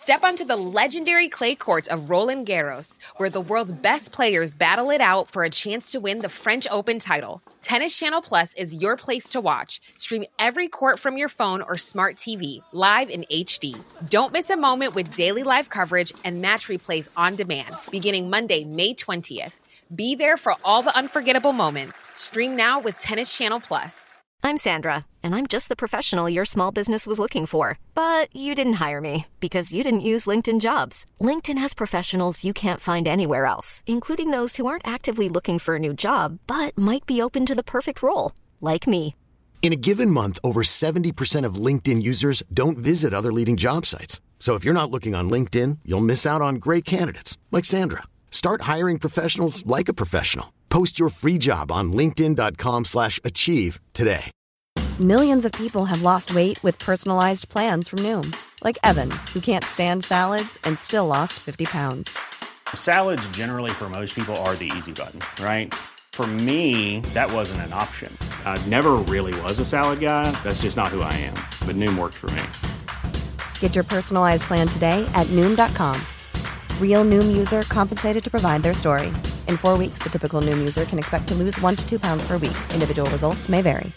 Step onto the legendary clay courts of Roland Garros, where the world's best players battle it out for a chance to win the French Open title. Tennis Channel Plus is your place to watch. Stream every court from your phone or smart TV, live in HD. Don't miss a moment with daily live coverage and match replays on demand, beginning Monday, May 20th. Be there for all the unforgettable moments. Stream now with Tennis Channel Plus. I'm Sandra, and I'm just the professional your small business was looking for. But you didn't hire me because you didn't use LinkedIn Jobs. LinkedIn has professionals you can't find anywhere else, including those who aren't actively looking for a new job, but might be open to the perfect role, like me. In a given month, over 70% of LinkedIn users don't visit other leading job sites. So if you're not looking on LinkedIn, you'll miss out on great candidates, like Sandra. Start hiring professionals like a professional. Post your free job on linkedin.com/achieve today. Millions of people have lost weight with personalized plans from Noom. Like Evan, who can't stand salads and still lost 50 pounds. Salads generally for most people are the easy button, right? For me, that wasn't an option. I never really was a salad guy. That's just not who I am. But Noom worked for me. Get your personalized plan today at Noom.com. Real Noom user compensated to provide their story. In 4 weeks, the typical Noom user can expect to lose 1 to 2 pounds per week. Individual results may vary.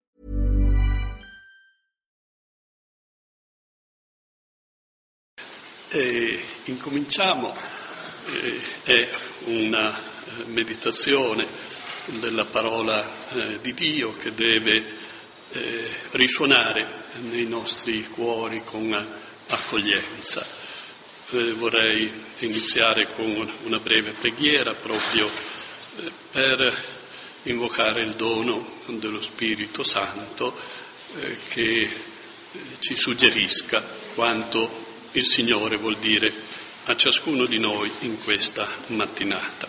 Incominciamo. È una meditazione della parola di Dio che deve risuonare nei nostri cuori con accoglienza. Vorrei iniziare con una breve preghiera proprio per invocare il dono dello Spirito Santo che ci suggerisca quanto il Signore vuol dire a ciascuno di noi in questa mattinata.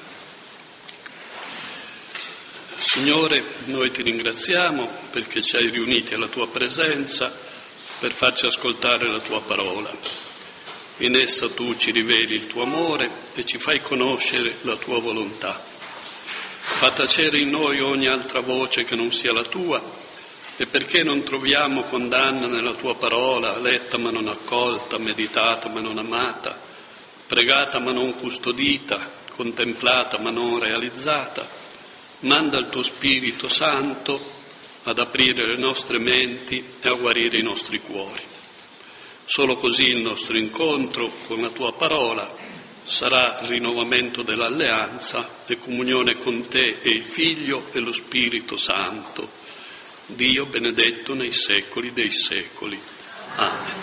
Signore, noi ti ringraziamo perché ci hai riuniti alla tua presenza per farci ascoltare la tua parola. In essa tu ci riveli il tuo amore e ci fai conoscere la tua volontà. Fa tacere in noi ogni altra voce che non sia la tua, e perché non troviamo condanna nella tua parola, letta ma non accolta, meditata ma non amata, pregata ma non custodita, contemplata ma non realizzata, manda il tuo Spirito Santo ad aprire le nostre menti e a guarire i nostri cuori. Solo così il nostro incontro con la tua parola sarà rinnovamento dell'alleanza e comunione con te e il Figlio e lo Spirito Santo, Dio benedetto nei secoli dei secoli. Amen.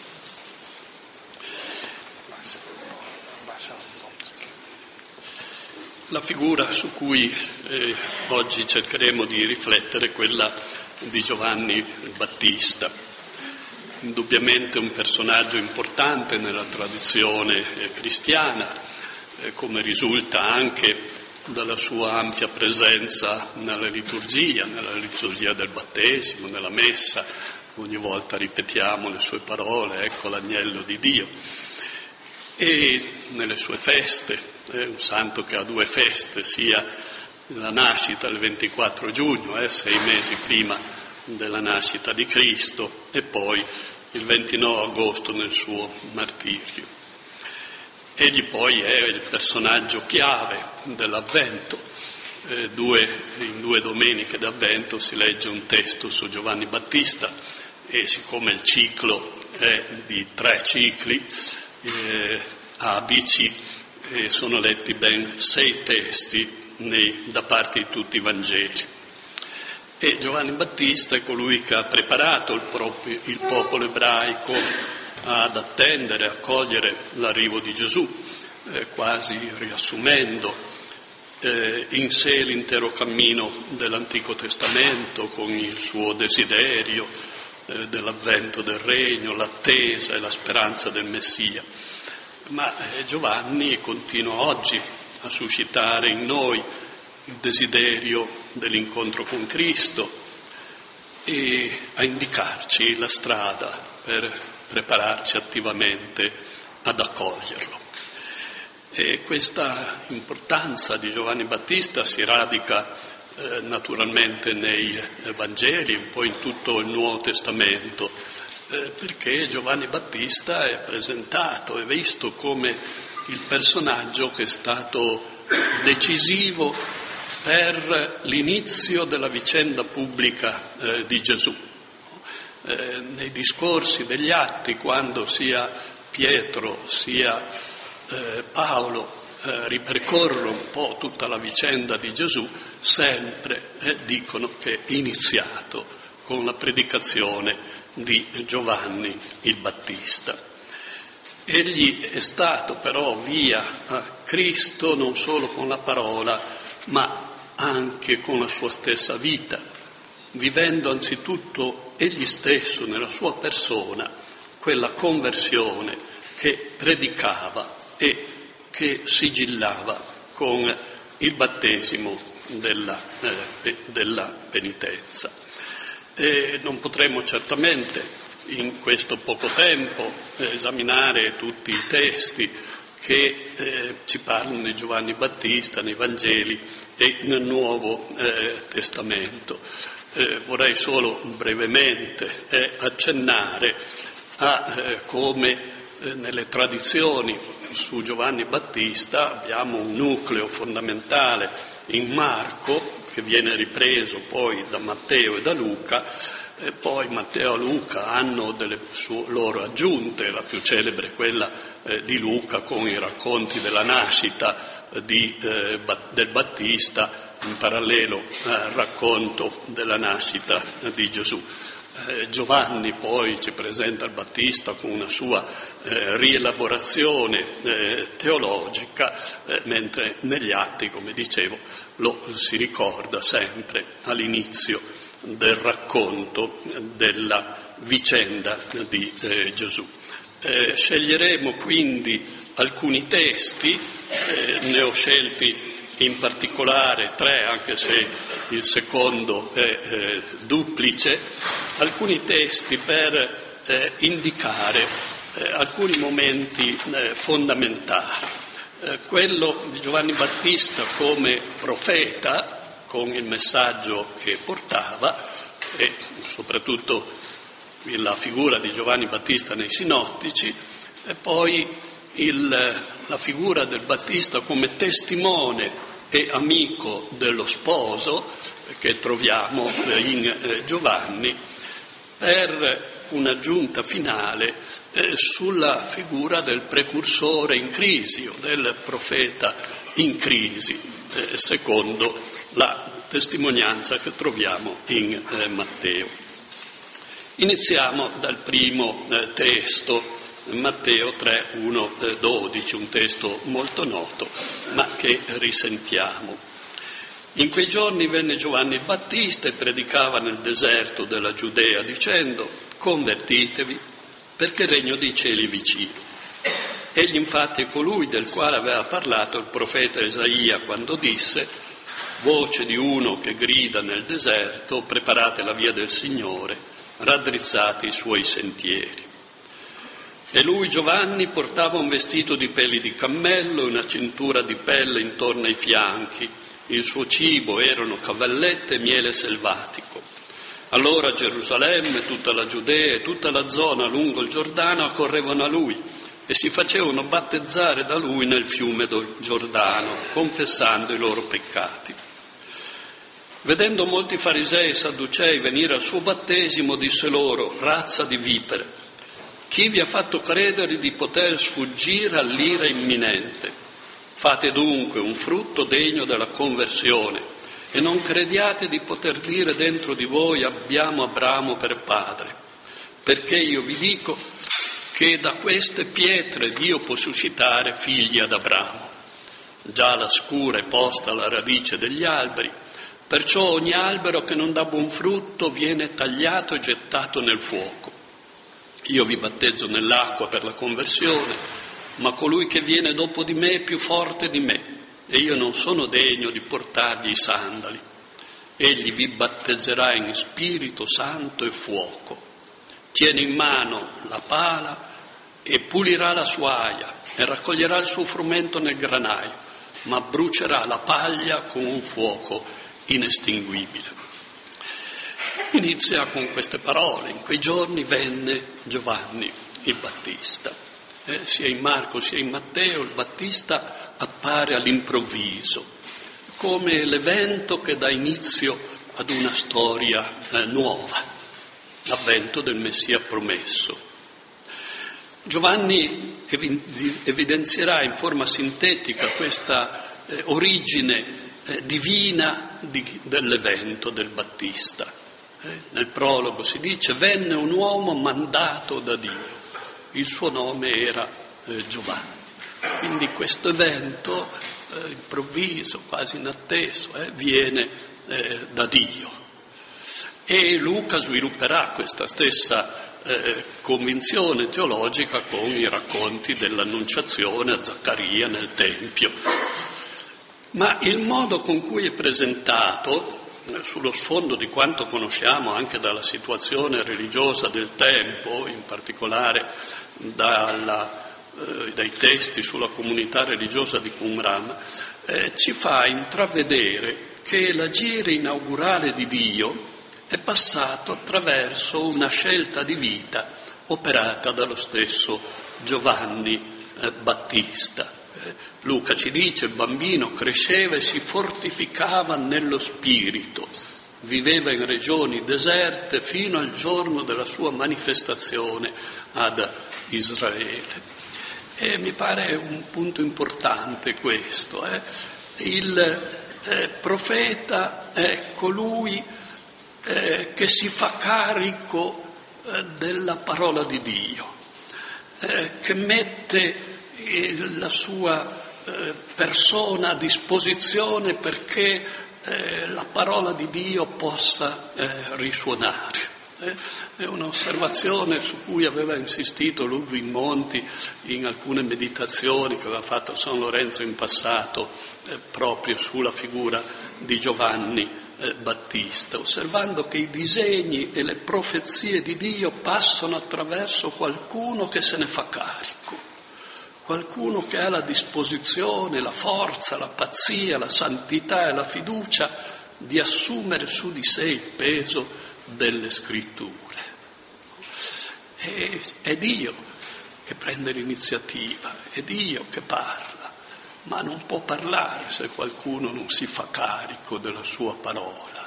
La figura su cui oggi cercheremo di riflettere è quella di Giovanni Battista. Indubbiamente un personaggio importante nella tradizione cristiana, come risulta anche dalla sua ampia presenza nella liturgia del battesimo, nella messa. Ogni volta ripetiamo le sue parole, ecco l'agnello di Dio. E nelle sue feste, un santo che ha 2 feste, sia la nascita il 24 giugno, 6 mesi prima della nascita di Cristo, e poi il 29 agosto nel suo martirio. Egli poi è il personaggio chiave dell'Avvento. In 2 domeniche d'Avvento si legge un testo su Giovanni Battista, e siccome il ciclo è di 3 cicli, A, B, C, sono letti ben 6 testi da parte di tutti i Vangeli. E Giovanni Battista è colui che ha preparato il popolo ebraico ad attendere, accogliere l'arrivo di Gesù, quasi riassumendo in sé l'intero cammino dell'Antico Testamento, con il suo desiderio dell'avvento del regno, l'attesa e la speranza del Messia. Ma Giovanni continua oggi a suscitare in noi il desiderio dell'incontro con Cristo e a indicarci la strada per prepararci attivamente ad accoglierlo. E questa importanza di Giovanni Battista si radica naturalmente nei Vangeli, un po' in tutto il Nuovo Testamento, perché Giovanni Battista è presentato, è visto come il personaggio che è stato decisivo per l'inizio della vicenda pubblica di Gesù. Nei discorsi degli Atti, quando sia Pietro sia Paolo ripercorrono un po' tutta la vicenda di Gesù, sempre dicono che è iniziato con la predicazione di Giovanni il Battista. Egli è stato però via a Cristo non solo con la parola, ma anche con la sua stessa vita, vivendo anzitutto egli stesso nella sua persona quella conversione che predicava e che sigillava con il battesimo della penitenza. Non potremo certamente in questo poco tempo esaminare tutti i testi che ci parlano di Giovanni Battista nei Vangeli e nel Nuovo Testamento. Vorrei solo brevemente accennare a come nelle tradizioni su Giovanni Battista abbiamo un nucleo fondamentale in Marco, che viene ripreso poi da Matteo e da Luca, e poi Matteo e Luca hanno delle loro aggiunte, la più celebre è quella di Luca con i racconti della nascita del Battista, in parallelo al racconto della nascita di Gesù. Giovanni poi ci presenta il Battista con una sua rielaborazione teologica, mentre negli Atti, come dicevo, lo si ricorda sempre all'inizio del racconto della vicenda di Gesù. Sceglieremo quindi alcuni testi, ne ho scelti in particolare 3, anche se il secondo è duplice, alcuni testi per indicare alcuni momenti fondamentali. Quello di Giovanni Battista come profeta, con il messaggio che portava, e soprattutto la figura di Giovanni Battista nei Sinottici, e poi la figura del Battista come testimone e amico dello sposo, che troviamo in Giovanni, per un'aggiunta finale sulla figura del precursore in crisi o del profeta in crisi, secondo la testimonianza che troviamo in Matteo. Iniziamo dal primo testo, Matteo 3, 1, 12, un testo molto noto, ma che risentiamo. In quei giorni venne Giovanni il Battista e predicava nel deserto della Giudea, dicendo: convertitevi, perché il regno dei cieli è vicino. Egli infatti è colui del quale aveva parlato il profeta Isaia quando disse: voce di uno che grida nel deserto, preparate la via del Signore, raddrizzate i suoi sentieri. E lui, Giovanni, portava un vestito di peli di cammello e una cintura di pelle intorno ai fianchi. Il suo cibo erano cavallette e miele selvatico. Allora Gerusalemme, tutta la Giudea e tutta la zona lungo il Giordano accorrevano a lui e si facevano battezzare da lui nel fiume del Giordano, confessando i loro peccati. Vedendo molti farisei e sadducei venire al suo battesimo, disse loro: razza di vipere, chi vi ha fatto credere di poter sfuggire all'ira imminente? Fate dunque un frutto degno della conversione e non crediate di poter dire dentro di voi: abbiamo Abramo per padre, perché io vi dico che da queste pietre Dio può suscitare figli ad Abramo. Già la scura è posta alla radice degli alberi, perciò ogni albero che non dà buon frutto viene tagliato e gettato nel fuoco. Io vi battezzo nell'acqua per la conversione, ma colui che viene dopo di me è più forte di me, e io non sono degno di portargli i sandali. Egli vi battezzerà in Spirito Santo e fuoco. Tiene in mano la pala e pulirà la sua aia e raccoglierà il suo frumento nel granaio, ma brucerà la paglia con un fuoco inestinguibile. Inizia con queste parole: in quei giorni venne Giovanni il Battista. Sia in Marco sia in Matteo il Battista appare all'improvviso, come l'evento che dà inizio ad una storia nuova, l'avvento del Messia promesso. Giovanni evidenzierà in forma sintetica questa origine divina dell'evento del Battista. Nel prologo si dice: venne un uomo mandato da Dio, il suo nome era Giovanni. Quindi questo evento improvviso, quasi inatteso, viene da Dio. E Luca svilupperà questa stessa convinzione teologica con i racconti dell'Annunciazione a Zaccaria nel Tempio. Ma il modo con cui è presentato, sullo sfondo di quanto conosciamo anche dalla situazione religiosa del tempo, in particolare dai testi sulla comunità religiosa di Qumran, ci fa intravedere che l'agire inaugurale di Dio è passato attraverso una scelta di vita operata dallo stesso Giovanni Battista. Luca ci dice: il bambino cresceva e si fortificava nello spirito, viveva in regioni deserte fino al giorno della sua manifestazione ad Israele. E mi pare un punto importante questo. Il profeta è colui che si fa carico della parola di Dio, che mette la sua persona a disposizione perché la parola di Dio possa risuonare. È un'osservazione su cui aveva insistito Ludwig Monti in alcune meditazioni che aveva fatto San Lorenzo in passato proprio sulla figura di Giovanni Battista, osservando che i disegni e le profezie di Dio passano attraverso qualcuno che se ne fa carico, qualcuno che ha la disposizione, la forza, la pazzia, la santità e la fiducia di assumere su di sé il peso delle scritture. È Dio che prende l'iniziativa, è Dio che parla, ma non può parlare se qualcuno non si fa carico della sua parola,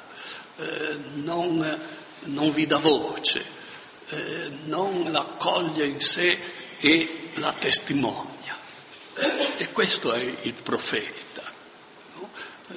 non vi dà voce, non la accoglie in sé e la testimonia. E questo è il profeta. No?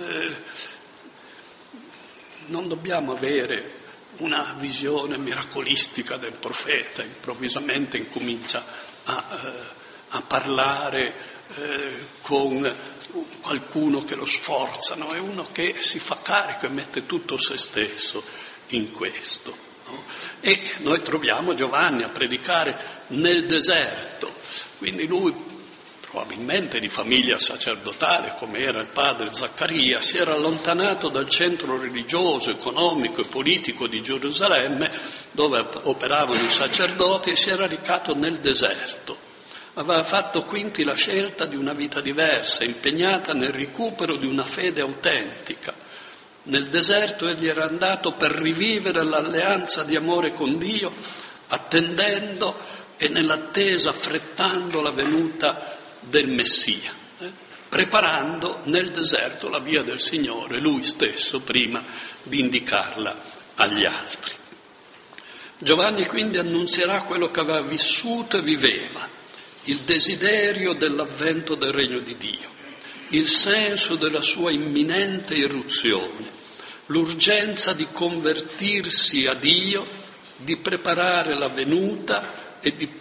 Non dobbiamo avere una visione miracolistica del profeta, improvvisamente incomincia a parlare con qualcuno che lo sforza, no? È uno che si fa carico e mette tutto se stesso in questo. No? E noi troviamo Giovanni a predicare nel deserto, quindi lui, probabilmente di famiglia sacerdotale come era il padre Zaccaria, si era allontanato dal centro religioso, economico e politico di Gerusalemme, dove operavano i sacerdoti, e si era recato nel deserto. Aveva fatto quindi la scelta di una vita diversa, impegnata nel recupero di una fede autentica. Nel deserto egli era andato per rivivere l'alleanza di amore con Dio, attendendo e nell'attesa affrettando la venuta del Messia, preparando nel deserto la via del Signore, lui stesso, prima di indicarla agli altri. Giovanni quindi annunzierà quello che aveva vissuto e viveva, il desiderio dell'avvento del regno di Dio, il senso della sua imminente irruzione, l'urgenza di convertirsi a Dio, di preparare la venuta e di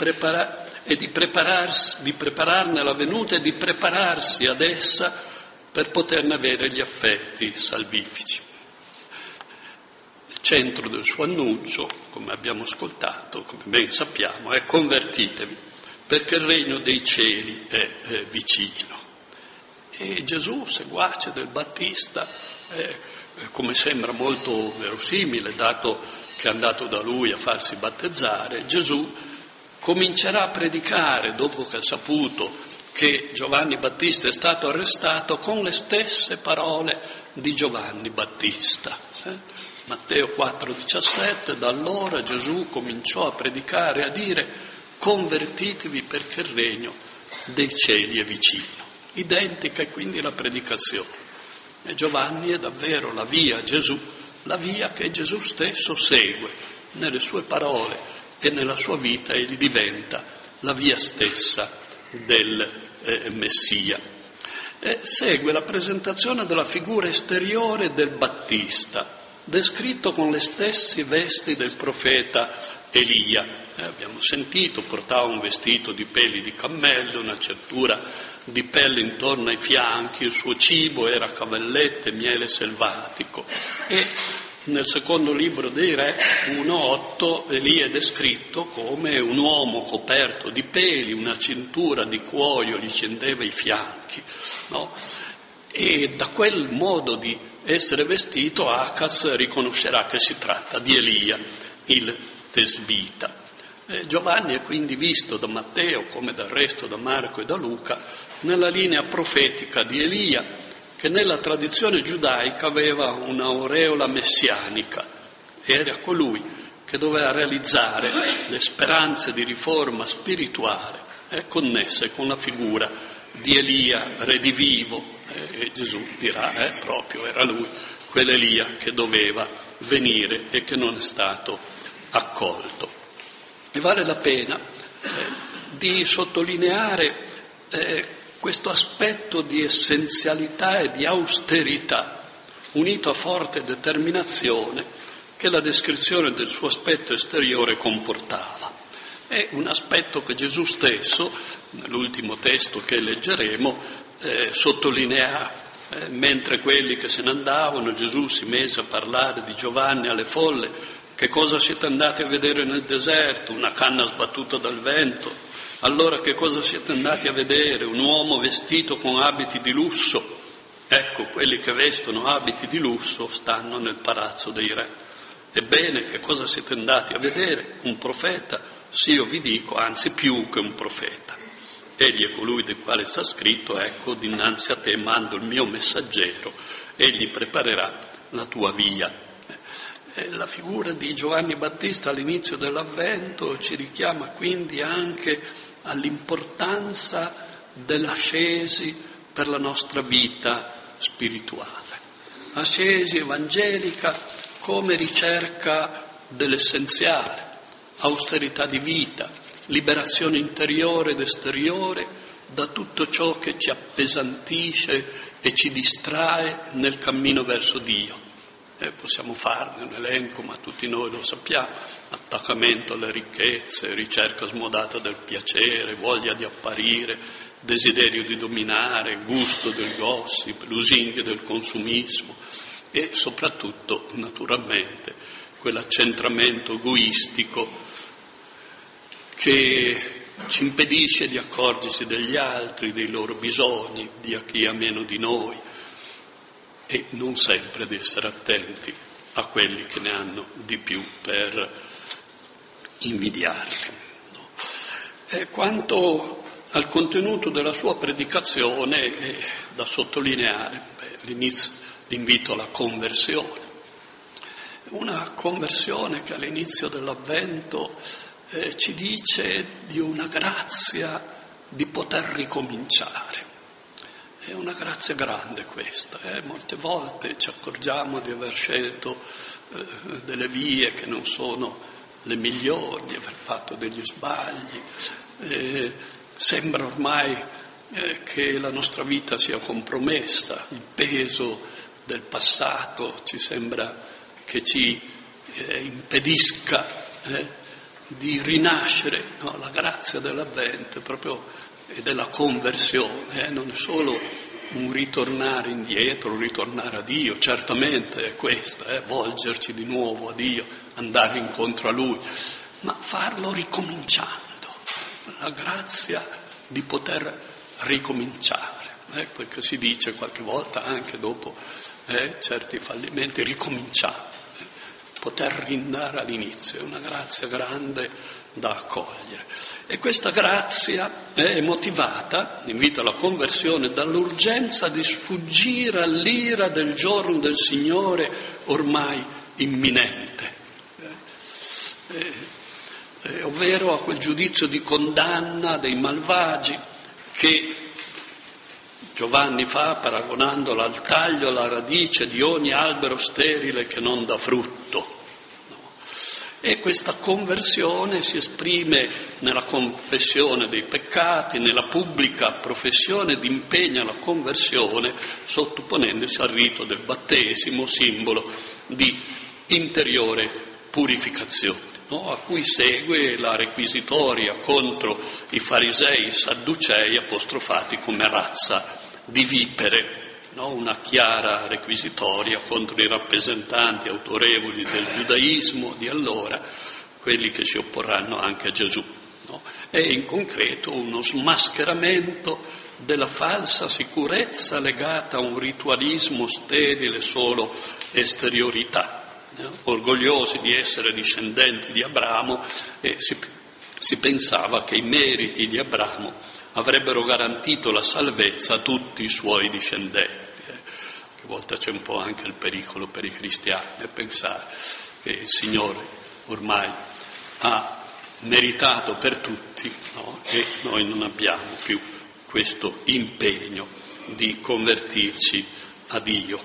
prepararne la venuta e di prepararsi ad essa per poterne avere gli affetti salvifici. Il centro del suo annuncio, come abbiamo ascoltato, come ben sappiamo, è: convertitevi, perché il regno dei cieli è vicino. E Gesù, seguace del Battista, come sembra molto verosimile, dato che è andato da lui a farsi battezzare, Gesù comincerà a predicare, dopo che ha saputo che Giovanni Battista è stato arrestato, con le stesse parole di Giovanni Battista. Matteo 4,17, da allora Gesù cominciò a predicare, a dire: convertitevi perché il regno dei cieli è vicino. Identica è quindi la predicazione. E Giovanni è davvero la via a Gesù, la via che Gesù stesso segue nelle sue parole e nella sua vita, e gli diventa la via stessa del Messia. Segue la presentazione della figura esteriore del Battista, descritto con le stesse vesti del profeta Elia. Abbiamo sentito, portava un vestito di peli di cammello, una cintura di pelle intorno ai fianchi, il suo cibo era cavallette e miele selvatico. E nel secondo libro dei Re, 1,8, Elia è descritto come un uomo coperto di peli, una cintura di cuoio gli scendeva ai fianchi, no? E da quel modo di essere vestito Acaz riconoscerà che si tratta di Elia, il tesbita. Giovanni è quindi visto da Matteo, come del resto da Marco e da Luca, nella linea profetica di Elia, che nella tradizione giudaica aveva un'aureola messianica. Era colui che doveva realizzare le speranze di riforma spirituale connesse con la figura di Elia, redivivo. E Gesù dirà, proprio era lui, quell'Elia che doveva venire e che non è stato accolto. E vale la pena di sottolineare questo aspetto di essenzialità e di austerità, unito a forte determinazione, che la descrizione del suo aspetto esteriore comportava. È un aspetto che Gesù stesso, nell'ultimo testo che leggeremo, sottolineerà. Mentre quelli che se ne andavano, Gesù si mise a parlare di Giovanni alle folle. Che cosa siete andati a vedere nel deserto? Una canna sbattuta dal vento? Allora che cosa siete andati a vedere? Un uomo vestito con abiti di lusso? Ecco, quelli che vestono abiti di lusso stanno nel palazzo dei re. Ebbene, che cosa siete andati a vedere? Un profeta? Sì, io vi dico, anzi più che un profeta. Egli è colui del quale sta scritto: ecco, dinanzi a te mando il mio messaggero, egli preparerà la tua via. La figura di Giovanni Battista all'inizio dell'Avvento ci richiama quindi anche all'importanza dell'ascesi per la nostra vita spirituale. Ascesi evangelica come ricerca dell'essenziale, austerità di vita, liberazione interiore ed esteriore da tutto ciò che ci appesantisce e ci distrae nel cammino verso Dio. Possiamo farne un elenco, ma tutti noi lo sappiamo: attaccamento alle ricchezze, ricerca smodata del piacere, voglia di apparire, desiderio di dominare, gusto del gossip, lusinghe del consumismo e soprattutto, naturalmente, quell'accentramento egoistico che ci impedisce di accorgersi degli altri, dei loro bisogni, di chi ha meno di noi, e non sempre di essere attenti a quelli che ne hanno di più per invidiarli. Quanto al contenuto della sua predicazione è da sottolineare l'invito alla conversione. Una conversione che all'inizio dell'Avvento ci dice di una grazia di poter ricominciare. È una grazia grande questa, molte volte ci accorgiamo di aver scelto delle vie che non sono le migliori, di aver fatto degli sbagli, sembra ormai che la nostra vita sia compromessa, il peso del passato ci sembra che ci impedisca di rinascere. No, la grazia dell'Avvento proprio e della conversione, non è solo un ritornare indietro, un ritornare a Dio, certamente è questa, volgerci di nuovo a Dio, andare incontro a Lui, ma farlo ricominciando, la grazia di poter ricominciare, perché si dice qualche volta anche dopo certi fallimenti, ricominciare, poter rindare all'inizio, è una grazia grande da accogliere. E questa grazia è motivata, invita alla conversione, dall'urgenza di sfuggire all'ira del giorno del Signore ormai imminente, ovvero a quel giudizio di condanna dei malvagi che Giovanni fa paragonandolo al taglio, alla radice di ogni albero sterile che non dà frutto. E questa conversione si esprime nella confessione dei peccati, nella pubblica professione di impegno alla conversione, sottoponendosi al rito del battesimo, simbolo di interiore purificazione, a cui segue la requisitoria contro i farisei e i sadducei, apostrofati come razza di vipere. Una chiara requisitoria contro i rappresentanti autorevoli del giudaismo di allora, quelli che si opporranno anche a Gesù. E in concreto uno smascheramento della falsa sicurezza legata a un ritualismo sterile, solo esteriorità. Orgogliosi di essere discendenti di Abramo, si pensava che i meriti di Abramo avrebbero garantito la salvezza a tutti i suoi discendenti. A volte c'è un po' anche il pericolo per i cristiani pensare che il Signore ormai ha meritato per tutti, e noi non abbiamo più questo impegno di convertirci a Dio.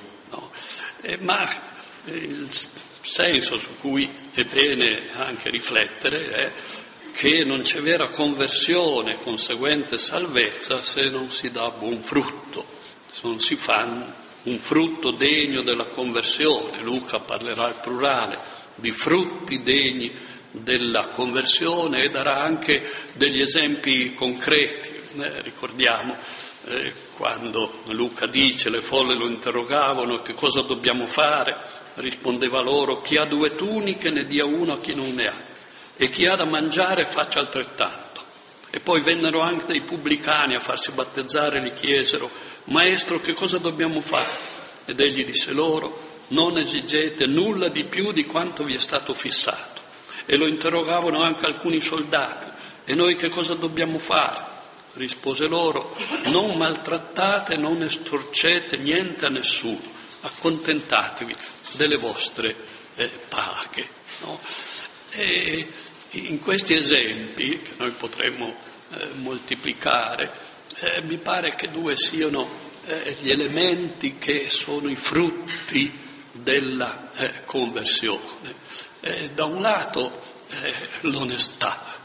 Ma il senso su cui è bene anche riflettere è che non c'è vera conversione, conseguente salvezza, se non si dà buon frutto, se non si fa un frutto degno della conversione. Luca parlerà al plurale di frutti degni della conversione e darà anche degli esempi concreti. Ricordiamo quando Luca dice: le folle lo interrogavano, che cosa dobbiamo fare? Rispondeva loro: chi ha 2 tuniche ne dia una a chi non ne ha, e chi ha da mangiare faccia altrettanto. E poi vennero anche dei pubblicani a farsi battezzare e gli chiesero: Maestro, che cosa dobbiamo fare? Ed egli disse loro: non esigete nulla di più di quanto vi è stato fissato. E lo interrogavano anche alcuni soldati: e noi che cosa dobbiamo fare? Rispose loro: non maltrattate, non estorcete niente a nessuno, accontentatevi delle vostre paghe. E in questi esempi, che noi potremmo moltiplicare, mi pare che 2 siano gli elementi che sono i frutti della conversione. Da un lato l'onestà,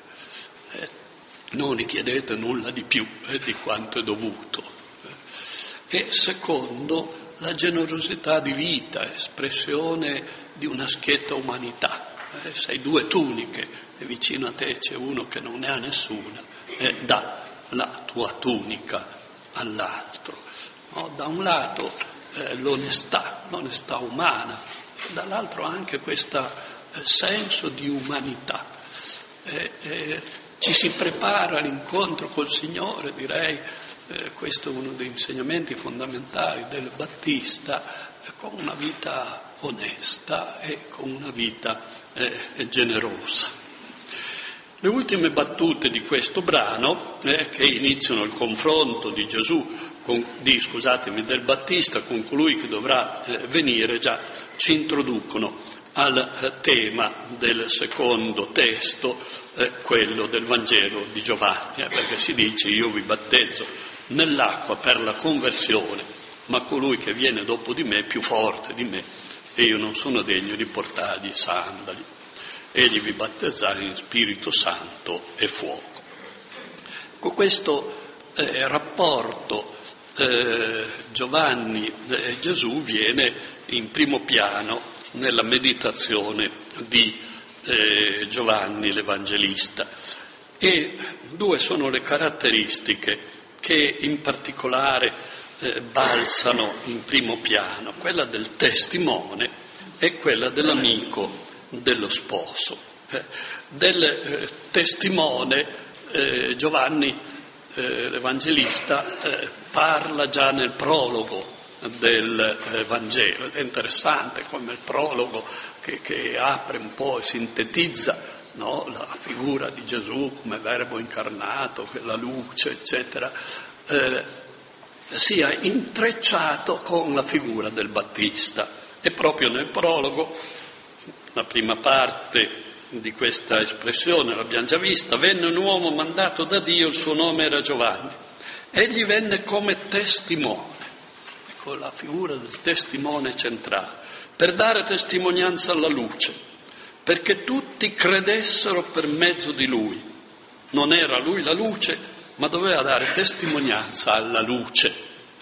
non richiedete nulla di più di quanto è dovuto, e secondo la generosità di vita, espressione di una schietta umanità. Se hai 2 tuniche e vicino a te c'è uno che non ne ha nessuna, dà la tua tunica all'altro. Da un lato l'onestà umana, dall'altro anche questo senso di umanità. Ci si prepara all'incontro col Signore, direi, questo è uno degli insegnamenti fondamentali del Battista, con una vita onesta e con una vita generosa. Le ultime battute di questo brano, che iniziano il confronto di del Battista con colui che dovrà venire, già ci introducono al tema del secondo testo, quello del Vangelo di Giovanni, perché si dice: io vi battezzo nell'acqua per la conversione, ma colui che viene dopo di me è più forte di me e io non sono degno di portargli i sandali. Egli vi battezzerà in Spirito Santo e fuoco. Con questo rapporto Giovanni e Gesù viene in primo piano nella meditazione di Giovanni l'Evangelista, e 2 sono le caratteristiche che in particolare balzano in primo piano: quella del testimone e quella dell'amico dello sposo. Del testimone Giovanni l'Evangelista parla già nel prologo del Vangelo. È interessante come il prologo che apre un po' e sintetizza no? La figura di Gesù come verbo incarnato, la luce, eccetera, sia intrecciato con la figura del Battista. E proprio nel prologo, la prima parte di questa espressione l'abbiamo già vista: venne un uomo mandato da Dio, il suo nome era Giovanni. Egli venne come testimone, ecco la figura del testimone centrale, per dare testimonianza alla luce, perché tutti credessero per mezzo di lui. Non era lui la luce, ma doveva dare testimonianza alla luce.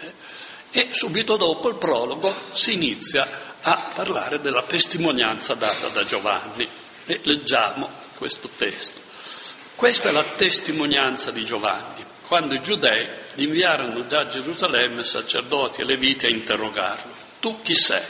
E subito dopo il prologo si inizia a parlare della testimonianza data da Giovanni. E leggiamo questo testo. Questa è la testimonianza di Giovanni, quando i giudei gli inviarono da Gerusalemme sacerdoti e leviti a interrogarlo. Tu chi sei?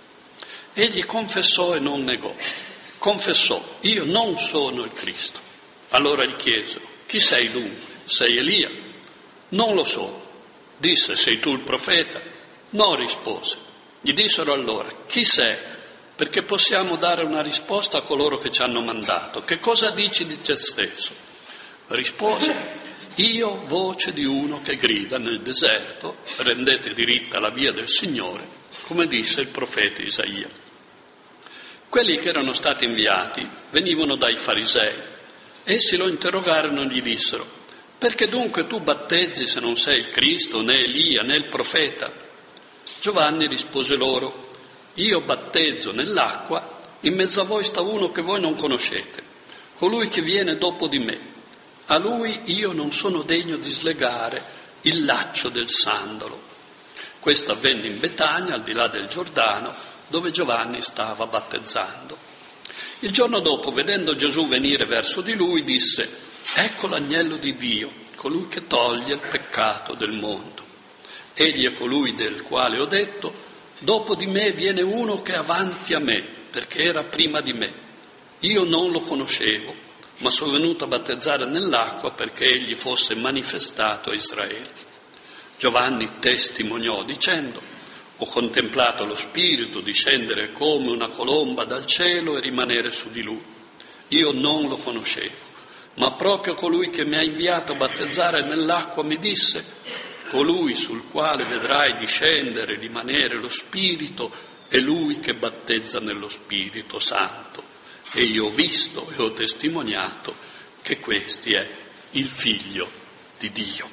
Egli confessò e non negò. Confessò: io non sono il Cristo. Allora gli chiesero: chi sei dunque? Sei Elia? Non lo sono. Disse: sei tu il profeta? Non rispose. Gli dissero allora: chi sei? Perché possiamo dare una risposta a coloro che ci hanno mandato. Che cosa dici di te stesso? Rispose: io, voce di uno che grida nel deserto, rendete diritta la via del Signore, come disse il profeta Isaia. Quelli che erano stati inviati venivano dai farisei. Essi lo interrogarono e gli dissero: perché dunque tu battezzi se non sei il Cristo, né Elia, né il profeta? Giovanni rispose loro: io battezzo nell'acqua, in mezzo a voi sta uno che voi non conoscete, colui che viene dopo di me. A lui io non sono degno di slegare il laccio del sandalo. Questo avvenne in Betania, al di là del Giordano, dove Giovanni stava battezzando. Il giorno dopo, vedendo Gesù venire verso di lui, disse: ecco l'agnello di Dio, colui che toglie il peccato del mondo. Egli è colui del quale ho detto: dopo di me viene uno che è avanti a me, perché era prima di me. Io non lo conoscevo, ma sono venuto a battezzare nell'acqua perché egli fosse manifestato a Israele. Giovanni testimoniò dicendo: ho contemplato lo Spirito discendere come una colomba dal cielo e rimanere su di lui. Io non lo conoscevo, ma proprio colui che mi ha inviato a battezzare nell'acqua mi disse: colui sul quale vedrai discendere e rimanere lo Spirito è lui che battezza nello Spirito Santo. E io ho visto e ho testimoniato che questi è il Figlio di Dio.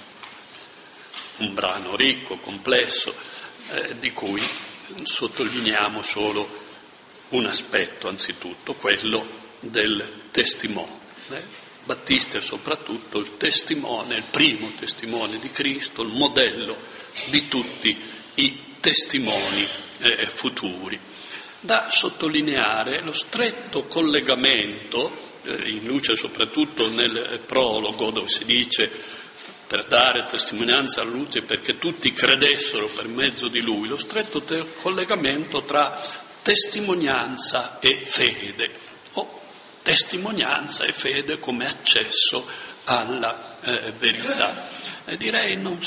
Un brano ricco, complesso, di cui sottolineiamo solo un aspetto, anzitutto quello del testimone. Battista è soprattutto il testimone, il primo testimone di Cristo, il modello di tutti i testimoni futuri. Da sottolineare lo stretto collegamento, in luce soprattutto nel prologo dove si dice: per dare testimonianza alla luce perché tutti credessero per mezzo di lui, lo stretto collegamento tra testimonianza e fede, testimonianza e fede come accesso alla verità. E direi non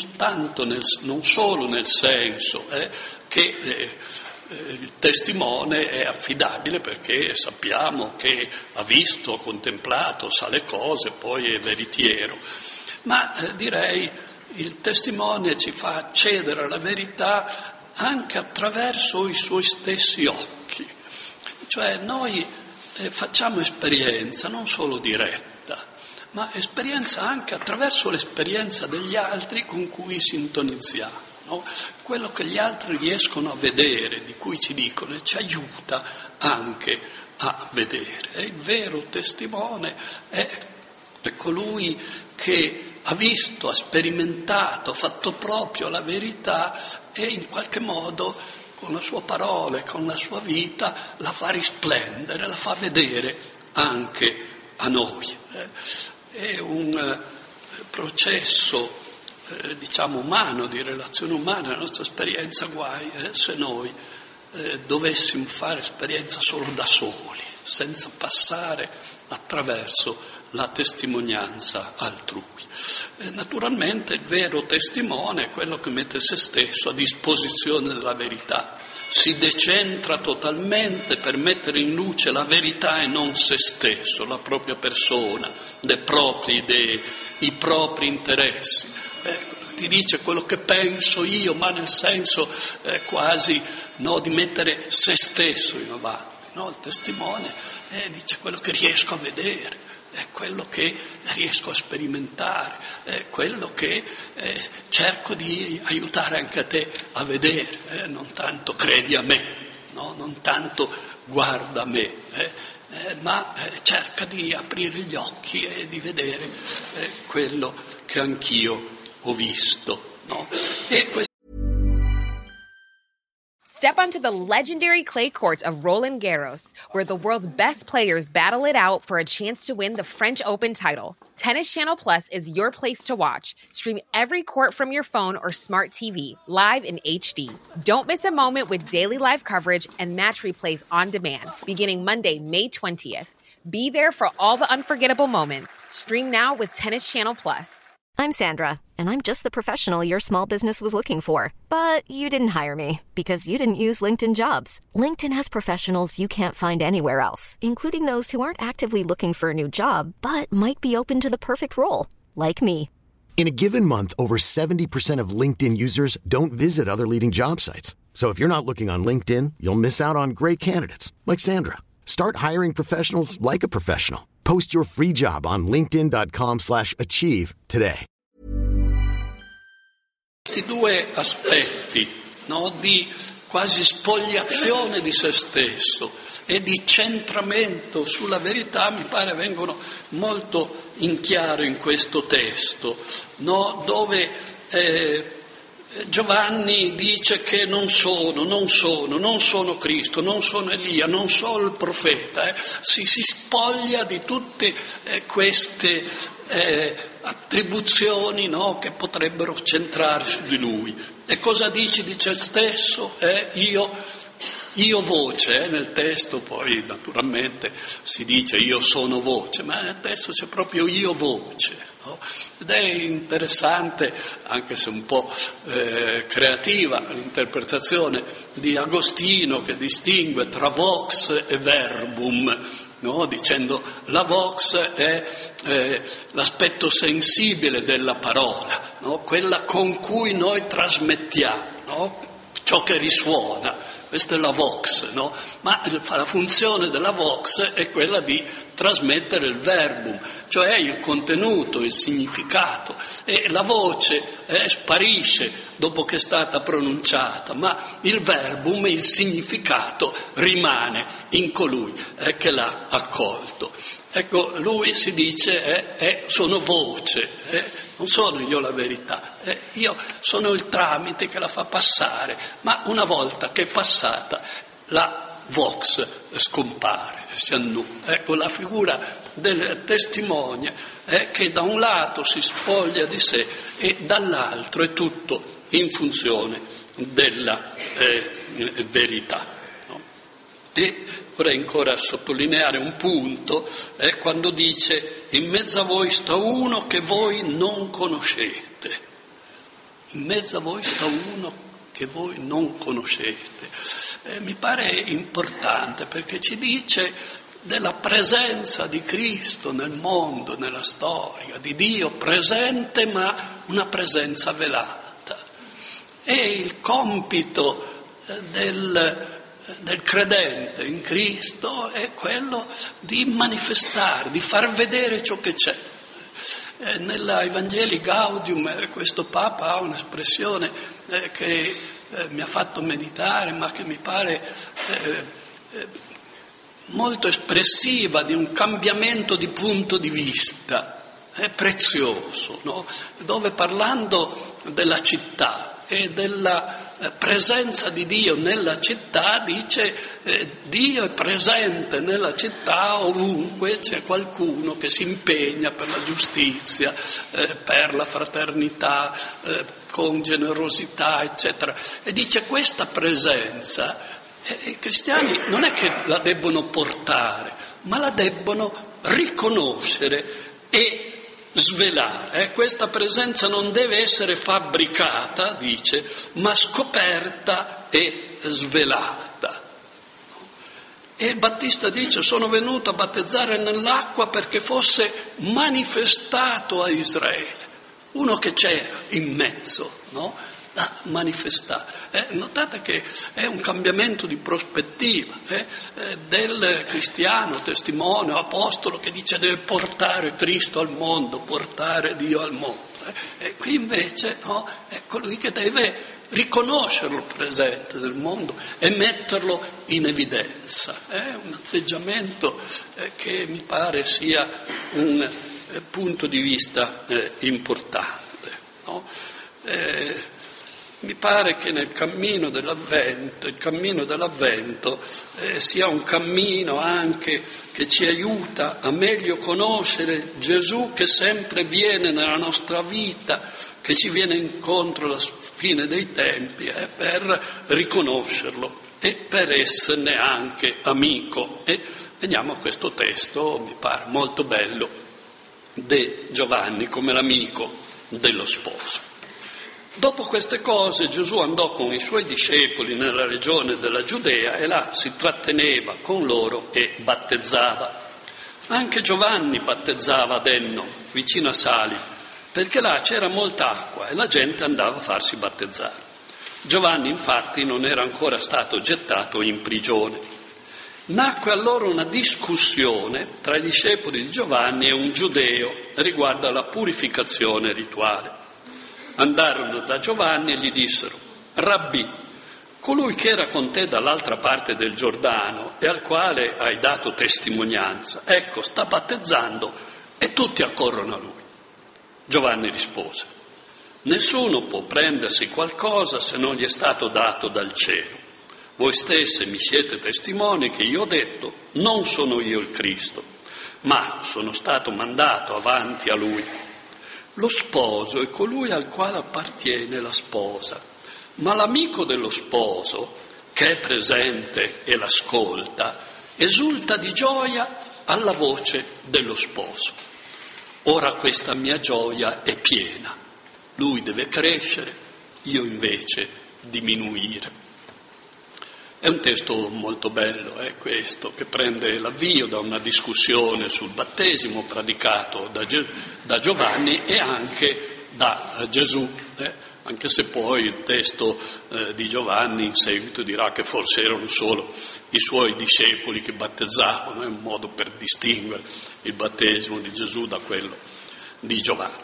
solo nel senso che il testimone è affidabile perché sappiamo che ha visto, ha contemplato, sa le cose, poi è veritiero, ma direi il testimone ci fa accedere alla verità anche attraverso i suoi stessi occhi. Cioè noi facciamo esperienza non solo diretta, ma esperienza anche attraverso l'esperienza degli altri con cui sintonizziamo, no? Quello che gli altri riescono a vedere, di cui ci dicono, e ci aiuta anche a vedere. E il vero testimone è colui che ha visto, ha sperimentato, ha fatto proprio la verità e in qualche modo con la sua parola e con la sua vita la fa risplendere, la fa vedere anche a noi. È un processo, umano, di relazione umana, la nostra esperienza, guai se noi dovessimo fare esperienza solo da soli, senza passare attraverso la testimonianza altrui. Naturalmente il vero testimone è quello che mette se stesso a disposizione della verità, si decentra totalmente per mettere in luce la verità e non se stesso, la propria persona, le proprie idee, i propri interessi. Ti dice quello che penso io, ma nel senso quasi di mettere se stesso in avanti. No? Il testimone dice quello che riesco a vedere. È quello che riesco a sperimentare, è quello che cerco di aiutare anche a te a vedere, non tanto credi a me, no? Non tanto guarda a me, ma cerca di aprire gli occhi e di vedere quello che anch'io ho visto. No? Step onto the legendary clay courts of Roland Garros, where the world's best players battle it out for a chance to win the French Open title. Tennis Channel Plus is your place to watch. Stream every court from your phone or smart TV, live in HD. Don't miss a moment with daily live coverage and match replays on demand, beginning Monday, May 20th. Be there for all the unforgettable moments. Stream now with Tennis Channel Plus. I'm Sandra, and I'm just the professional your small business was looking for. But you didn't hire me because you didn't use LinkedIn Jobs. LinkedIn has professionals you can't find anywhere else, including those who aren't actively looking for a new job, but might be open to the perfect role, like me. In a given month, over 70% of LinkedIn users don't visit other leading job sites. So if you're not looking on LinkedIn, you'll miss out on great candidates like Sandra. Start hiring professionals like a professional. Post your free job on linkedin.com/achieve today. Questi due aspetti, no, di quasi spogliazione di se stesso e di centramento sulla verità, mi pare vengono molto in chiaro in questo testo, no, dove Giovanni dice che non sono Cristo, non sono Elia, non sono il profeta, si spoglia di tutte queste attribuzioni, no, che potrebbero centrare su di lui. E cosa dice di se stesso? Io voce, nel testo poi naturalmente si dice io sono voce, ma nel testo c'è proprio io voce, no? Ed è interessante, anche se un po' creativa, l'interpretazione di Agostino che distingue tra vox e verbum, no? Dicendo la vox è l'aspetto sensibile della parola, no? Quella con cui noi trasmettiamo, no? Ciò che risuona. Questa è la vox, no? Ma la funzione della vox è quella di trasmettere il verbum, cioè il contenuto, il significato. E la voce sparisce dopo che è stata pronunciata, ma il verbum, il significato, rimane in colui che l'ha accolto. Ecco, lui si dice sono voce, non sono io la verità, io sono il tramite che la fa passare, ma una volta che è passata la vox scompare, si annulla. Ecco, la figura del testimone che da un lato si spoglia di sé e dall'altro è tutto in funzione della verità. E vorrei ancora sottolineare un punto, quando dice in mezzo a voi sta uno che voi non conoscete. In mezzo a voi sta uno che voi non conoscete. Mi pare importante perché ci dice della presenza di Cristo nel mondo, nella storia, di Dio presente ma una presenza velata. E il compito del credente in Cristo è quello di manifestare, di far vedere ciò che c'è. Nella Evangelii Gaudium questo Papa ha un'espressione che mi ha fatto meditare, ma che mi pare molto espressiva di un cambiamento di punto di vista, è prezioso, no? Dove parlando della città e della presenza di Dio nella città dice Dio è presente nella città ovunque c'è qualcuno che si impegna per la giustizia, per la fraternità, con generosità, eccetera. E dice questa presenza i cristiani non è che la debbono portare, ma la debbono riconoscere e svelare. Questa presenza non deve essere fabbricata, dice, ma scoperta e svelata. E il Battista dice: sono venuto a battezzare nell'acqua perché fosse manifestato a Israele. Uno che c'è in mezzo, no? Da manifestare. Notate che è un cambiamento di prospettiva del cristiano, testimone, apostolo, che dice deve portare Cristo al mondo, portare Dio al mondo. E qui invece no, è colui che deve riconoscerlo presente nel mondo e metterlo in evidenza. È un atteggiamento che mi pare sia un punto di vista importante. No? Mi pare che nel cammino dell'Avvento, il cammino dell'Avvento sia un cammino anche che ci aiuta a meglio conoscere Gesù che sempre viene nella nostra vita, che ci viene incontro alla fine dei tempi, per riconoscerlo e per esserne anche amico. E veniamo a questo testo, mi pare molto bello, di Giovanni come l'amico dello sposo. Dopo queste cose Gesù andò con i suoi discepoli nella regione della Giudea e là si tratteneva con loro e battezzava. Anche Giovanni battezzava ad Enno, vicino a Salim, perché là c'era molta acqua e la gente andava a farsi battezzare. Giovanni infatti non era ancora stato gettato in prigione. Nacque allora una discussione tra i discepoli di Giovanni e un giudeo riguardo alla purificazione rituale. Andarono da Giovanni e gli dissero: Rabbì, colui che era con te dall'altra parte del Giordano e al quale hai dato testimonianza, ecco, sta battezzando e tutti accorrono a lui. Giovanni rispose: nessuno può prendersi qualcosa se non gli è stato dato dal cielo. Voi stessi mi siete testimoni che io ho detto: non sono io il Cristo, ma sono stato mandato avanti a lui. Lo sposo è colui al quale appartiene la sposa, ma l'amico dello sposo, che è presente e l'ascolta, esulta di gioia alla voce dello sposo. Ora questa mia gioia è piena. Lui deve crescere, io invece diminuire. È un testo molto bello, questo, che prende l'avvio da una discussione sul battesimo praticato da Giovanni e anche da Gesù, anche se poi il testo di Giovanni in seguito dirà che forse erano solo i suoi discepoli che battezzavano, è un modo per distinguere il battesimo di Gesù da quello di Giovanni.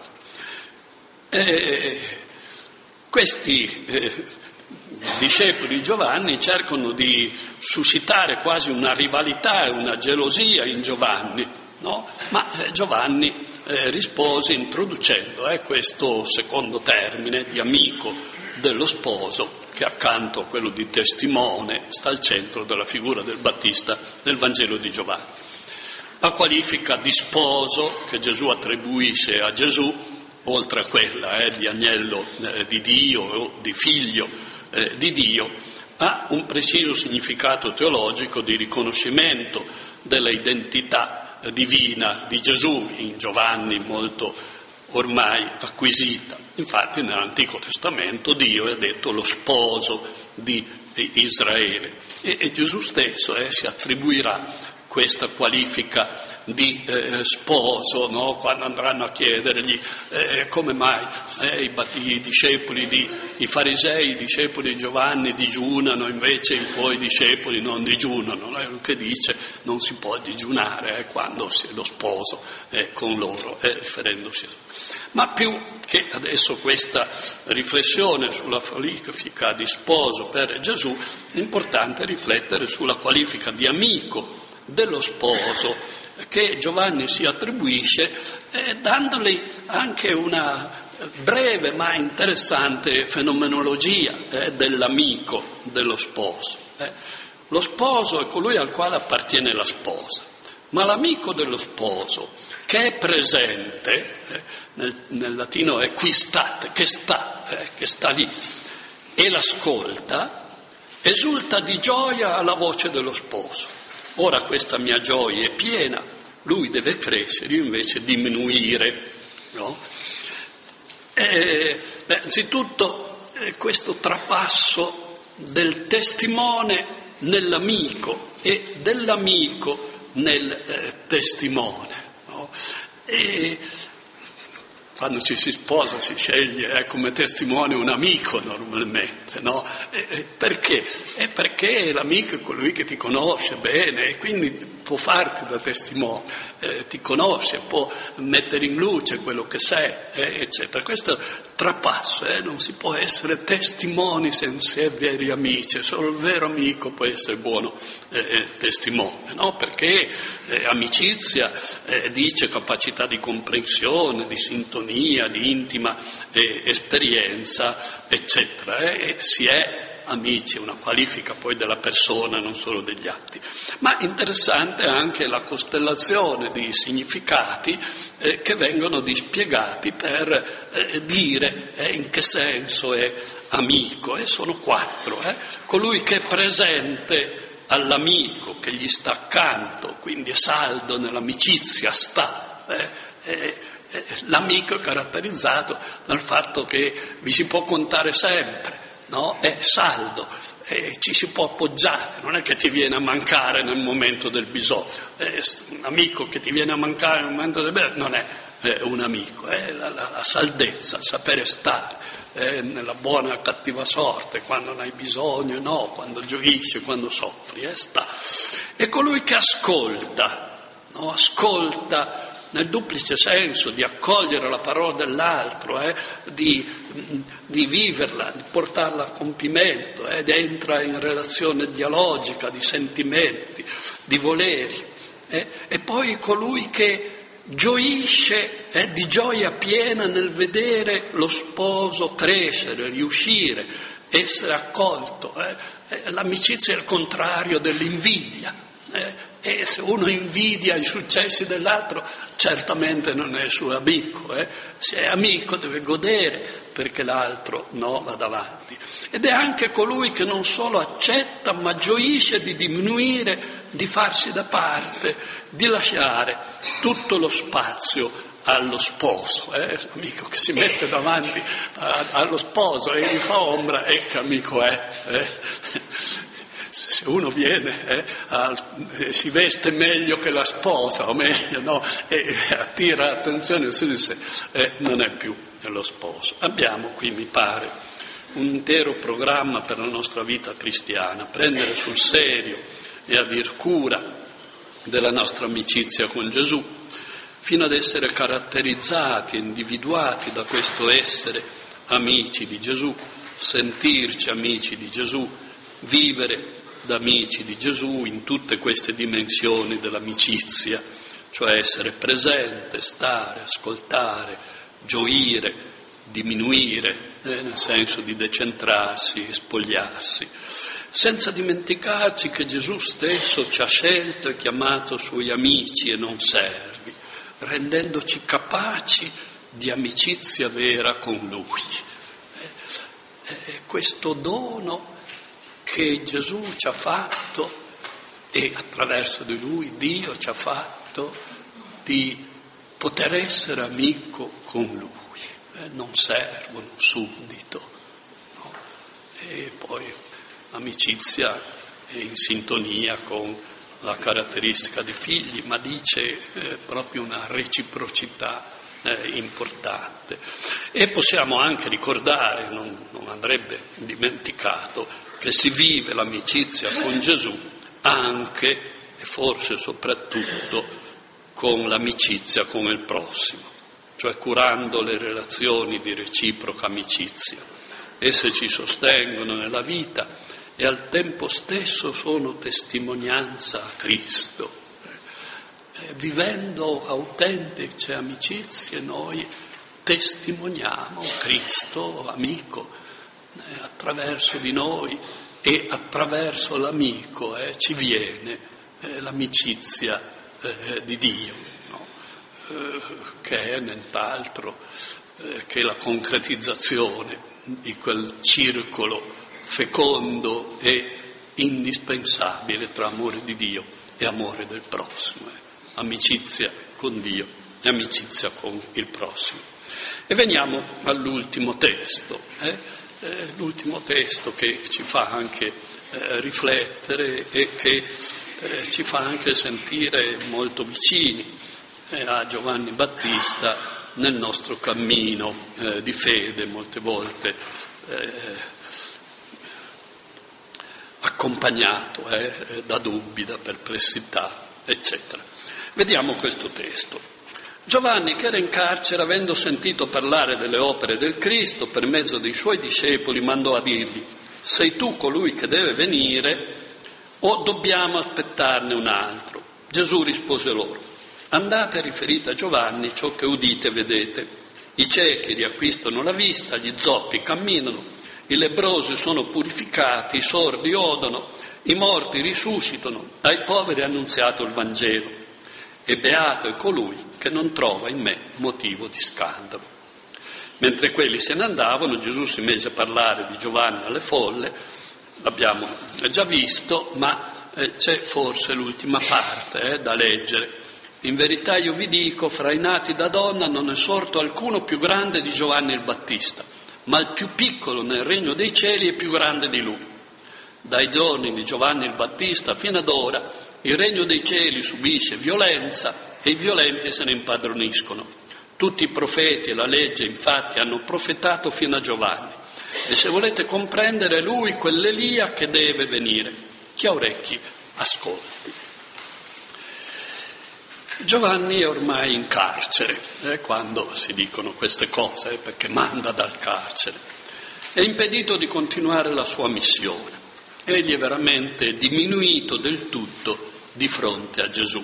Questi discepoli di Giovanni cercano di suscitare quasi una rivalità e una gelosia in Giovanni, no? Ma Giovanni rispose introducendo questo secondo termine di amico dello sposo, che accanto a quello di testimone sta al centro della figura del Battista nel Vangelo di Giovanni. La qualifica di sposo che Gesù attribuisce a Gesù, oltre a quella di agnello di Dio o di figlio di Dio, ha un preciso significato teologico di riconoscimento della identità divina di Gesù, in Giovanni molto ormai acquisita. Infatti nell'Antico Testamento Dio è detto lo sposo di Israele e Gesù stesso si attribuirà questa qualifica di sposo, no? Quando andranno a chiedergli come mai i discepoli i farisei, i discepoli di Giovanni digiunano, invece i tuoi discepoli non digiunano. È lo che dice: non si può digiunare quando si è lo sposo con loro, riferendosi a... Ma più che adesso questa riflessione sulla qualifica di sposo per Gesù, è importante riflettere sulla qualifica di amico dello sposo che Giovanni si attribuisce, dandogli anche una breve ma interessante fenomenologia dell'amico dello sposo. Lo sposo è colui al quale appartiene la sposa, ma l'amico dello sposo che è presente, nel latino è qui stat, che sta lì, e l'ascolta, esulta di gioia alla voce dello sposo. Ora questa mia gioia è piena, lui deve crescere, io invece diminuire. no? Anzitutto questo trapasso del testimone nell'amico e dell'amico nel testimone, no? E quando ci si sposa si sceglie come testimone un amico normalmente, no? Perché? Perché l'amico è colui che ti conosce bene e quindi può farti da testimone, ti conosce, può mettere in luce quello che sei, eccetera. Questo trapasso, non si può essere testimoni senza si è veri amici, solo il vero amico può essere buono testimone, no? Perché amicizia dice capacità di comprensione, di sintonia, di intima esperienza, eccetera, e si è amici, una qualifica poi della persona, non solo degli atti. Ma interessante anche la costellazione di significati che vengono dispiegati per dire in che senso è amico, e sono 4. Colui che è presente all'amico, che gli sta accanto, quindi è saldo nell'amicizia, sta. L'amico è caratterizzato dal fatto che vi si può contare sempre, no? È saldo, ci si può appoggiare, non è che ti viene a mancare nel momento del bisogno. Un amico che ti viene a mancare nel momento del bisogno non è un amico, è la saldezza, il sapere stare, nella buona e la cattiva sorte, quando non hai bisogno, no, quando gioisci, quando soffri, sta. E colui che ascolta, no? Ascolta nel duplice senso di accogliere la parola dell'altro, di viverla, di portarla a compimento, ed entra in relazione dialogica di sentimenti, di voleri. E poi colui che gioisce di gioia piena nel vedere lo sposo crescere, riuscire, essere accolto. L'amicizia è il contrario dell'invidia. E se uno invidia i successi dell'altro, certamente non è suo amico. Se è amico deve godere perché l'altro no, va davanti. Ed è anche colui che non solo accetta, ma gioisce di diminuire, di farsi da parte, di lasciare tutto lo spazio allo sposo. L'amico che si mette davanti allo sposo e gli fa ombra, e che amico è? Se uno viene, si veste meglio che la sposa, o meglio, no? E attira l'attenzione su di sé, non è più lo sposo. Abbiamo qui, mi pare, un intero programma per la nostra vita cristiana, prendere sul serio e aver cura della nostra amicizia con Gesù, fino ad essere caratterizzati, individuati da questo essere amici di Gesù, sentirci amici di Gesù, vivere da amici di Gesù in tutte queste dimensioni dell'amicizia, cioè essere presente, stare, ascoltare, gioire, diminuire, nel senso di decentrarsi, spogliarsi, senza dimenticarci che Gesù stesso ci ha scelto e chiamato suoi amici e non servi, rendendoci capaci di amicizia vera con Lui. Questo dono che Gesù ci ha fatto, e attraverso di Lui Dio ci ha fatto, di poter essere amico con Lui, non servo, non suddito, no? E poi amicizia è in sintonia con la caratteristica dei figli, ma dice proprio una reciprocità importante. E possiamo anche ricordare, non andrebbe dimenticato, che si vive l'amicizia con Gesù anche e forse soprattutto con l'amicizia con il prossimo, cioè curando le relazioni di reciproca amicizia. Esse ci sostengono nella vita e al tempo stesso sono testimonianza a Cristo. Vivendo autentiche amicizie noi testimoniamo Cristo amico, attraverso di noi e attraverso l'amico ci viene l'amicizia di Dio, no? Che è nient'altro che la concretizzazione di quel circolo fecondo e indispensabile tra amore di Dio e amore del prossimo, amicizia con Dio e amicizia con il prossimo. E veniamo all'ultimo testo, l'ultimo testo che ci fa anche riflettere e che ci fa anche sentire molto vicini a Giovanni Battista nel nostro cammino di fede, molte volte accompagnato da dubbi, da perplessità, eccetera. Vediamo questo testo. Giovanni, che era in carcere, avendo sentito parlare delle opere del Cristo per mezzo dei suoi discepoli, mandò a dirgli: sei tu colui che deve venire o dobbiamo aspettarne un altro? Gesù rispose loro: andate e riferite a Giovanni ciò che udite e vedete. I ciechi riacquistano la vista, gli zoppi camminano, i lebbrosi sono purificati, i sordi odono, i morti risuscitano, ai poveri è annunziato il Vangelo. E beato è colui che non trova in me motivo di scandalo. Mentre quelli se ne andavano, Gesù si mise a parlare di Giovanni alle folle. L'abbiamo già visto, ma c'è forse l'ultima parte da leggere. In verità io vi dico, fra i nati da donna non è sorto alcuno più grande di Giovanni il Battista, ma il più piccolo nel regno dei cieli è più grande di lui. Dai giorni di Giovanni il Battista fino ad ora il regno dei cieli subisce violenza e i violenti se ne impadroniscono. Tutti i profeti e la legge infatti hanno profetato fino a Giovanni. E se volete comprendere, lui quell'Elia che deve venire. Chi ha orecchi ascolti. Giovanni è ormai in carcere quando si dicono queste cose, perché manda dal carcere. È impedito di continuare la sua missione. Egli è veramente diminuito del tutto di fronte a Gesù.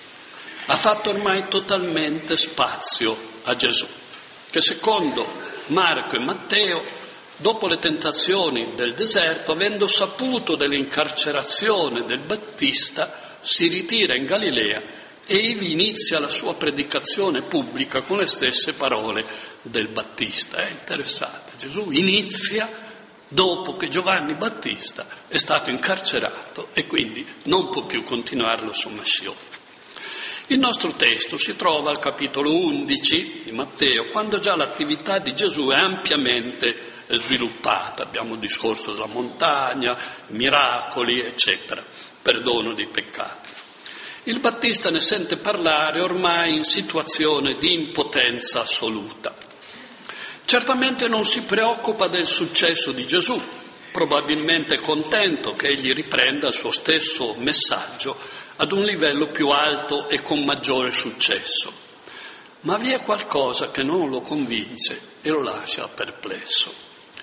Ha fatto ormai totalmente spazio a Gesù, che secondo Marco e Matteo, dopo le tentazioni del deserto, avendo saputo dell'incarcerazione del Battista, si ritira in Galilea e ivi inizia la sua predicazione pubblica con le stesse parole del Battista. È interessante, Gesù inizia dopo che Giovanni Battista è stato incarcerato e quindi non può più continuare la sua missione. Il nostro testo si trova al capitolo 11 di Matteo, quando già l'attività di Gesù è ampiamente sviluppata. Abbiamo discorso della montagna, miracoli, eccetera, perdono dei peccati. Il Battista ne sente parlare ormai in situazione di impotenza assoluta. Certamente non si preoccupa del successo di Gesù, probabilmente contento che egli riprenda il suo stesso messaggio ad un livello più alto e con maggiore successo. Ma vi è qualcosa che non lo convince e lo lascia perplesso.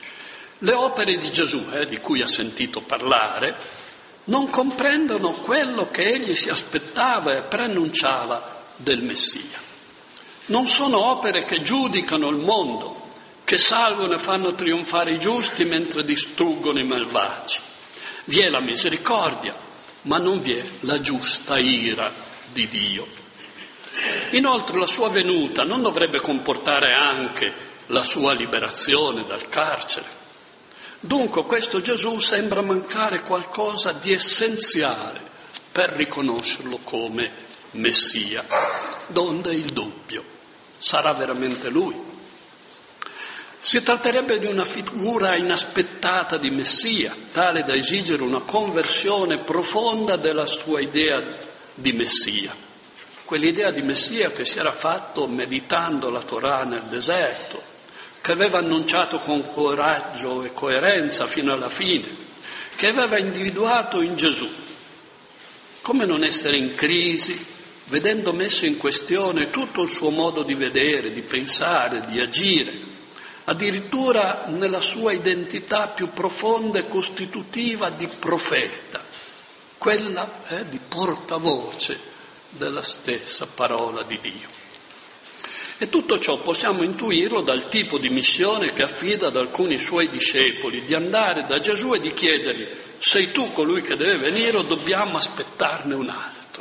Le opere di Gesù, di cui ha sentito parlare, non comprendono quello che egli si aspettava e preannunciava del Messia. Non sono opere che giudicano il mondo, che salvano e fanno trionfare i giusti mentre distruggono i malvagi. Vi è la misericordia, ma non vi è la giusta ira di Dio. Inoltre la sua venuta non dovrebbe comportare anche la sua liberazione dal carcere. Dunque questo Gesù sembra mancare qualcosa di essenziale per riconoscerlo come Messia. Donde il dubbio? Sarà veramente lui? Si tratterebbe di una figura inaspettata di Messia, tale da esigere una conversione profonda della sua idea di Messia. Quell'idea di Messia che si era fatto meditando la Torah nel deserto, che aveva annunciato con coraggio e coerenza fino alla fine, che aveva individuato in Gesù. Come non essere in crisi, vedendo messo in questione tutto il suo modo di vedere, di pensare, di agire, addirittura nella sua identità più profonda e costitutiva di profeta, quella di portavoce della stessa parola di Dio. E tutto ciò possiamo intuirlo dal tipo di missione che affida ad alcuni suoi discepoli, di andare da Gesù e di chiedergli: sei tu colui che deve venire o dobbiamo aspettarne un altro?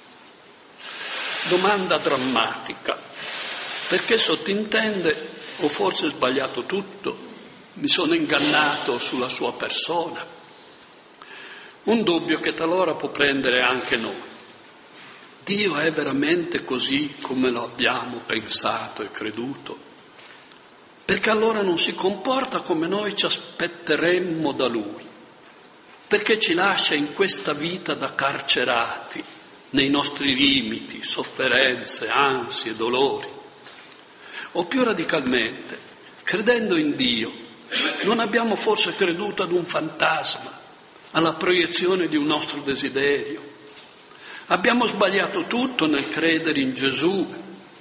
Domanda drammatica, perché sottintende: o forse ho sbagliato tutto, mi sono ingannato sulla sua persona. Un dubbio che talora può prendere anche noi. Dio è veramente così come lo abbiamo pensato e creduto? Perché allora non si comporta come noi ci aspetteremmo da Lui, perché ci lascia in questa vita da carcerati, nei nostri limiti, sofferenze, ansie, dolori. O più radicalmente, credendo in Dio, non abbiamo forse creduto ad un fantasma, alla proiezione di un nostro desiderio. Abbiamo sbagliato tutto nel credere in Gesù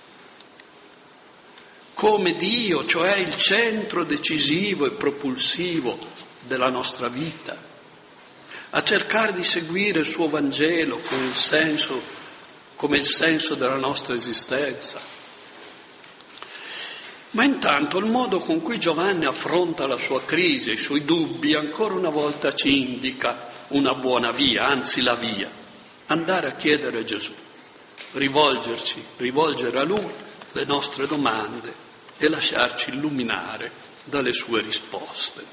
come Dio, cioè il centro decisivo e propulsivo della nostra vita, a cercare di seguire il suo Vangelo come il senso della nostra esistenza. Ma intanto il modo con cui Giovanni affronta la sua crisi e i suoi dubbi ancora una volta ci indica una buona via, anzi la via: andare a chiedere a Gesù, rivolgere a Lui le nostre domande e lasciarci illuminare dalle sue risposte.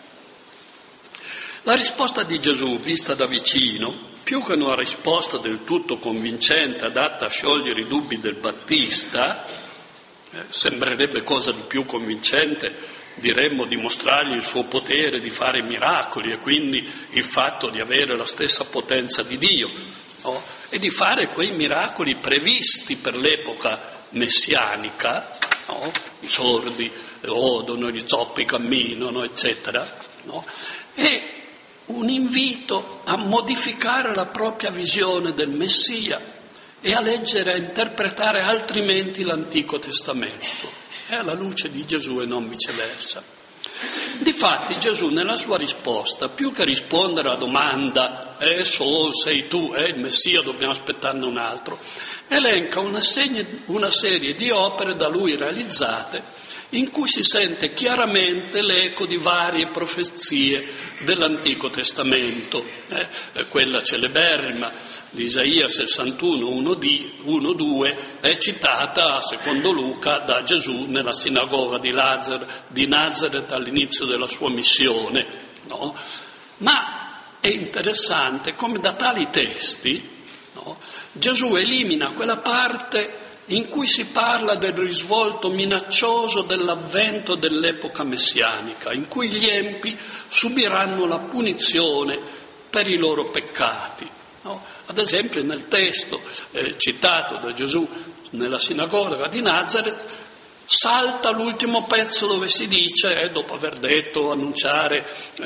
La risposta di Gesù, vista da vicino, più che una risposta del tutto convincente adatta a sciogliere i dubbi del Battista, sembrerebbe cosa di più convincente, diremmo, dimostrargli il suo potere di fare miracoli e quindi il fatto di avere la stessa potenza di Dio, no? E di fare quei miracoli previsti per l'epoca messianica, no? I sordi odono, gli zoppi camminano, eccetera, no? E un invito a modificare la propria visione del Messia e a leggere e a interpretare altrimenti l'Antico Testamento, è alla luce di Gesù e non viceversa. Difatti Gesù nella sua risposta, più che rispondere alla domanda sei tu, il Messia, dobbiamo aspettarne un altro, elenca una serie di opere da lui realizzate in cui si sente chiaramente l'eco di varie profezie dell'Antico Testamento, quella celeberrima di Isaia 61, 1-2, è citata, secondo Luca, da Gesù nella sinagoga di Nazareth all'inizio della sua missione, no? Ma è interessante come da tali testi, no, Gesù elimina quella parte in cui si parla del risvolto minaccioso dell'avvento dell'epoca messianica, in cui gli empi subiranno la punizione per i loro peccati, no? Ad esempio nel testo citato da Gesù nella sinagoga di Nazareth salta l'ultimo pezzo dove si dice, dopo aver detto, annunciare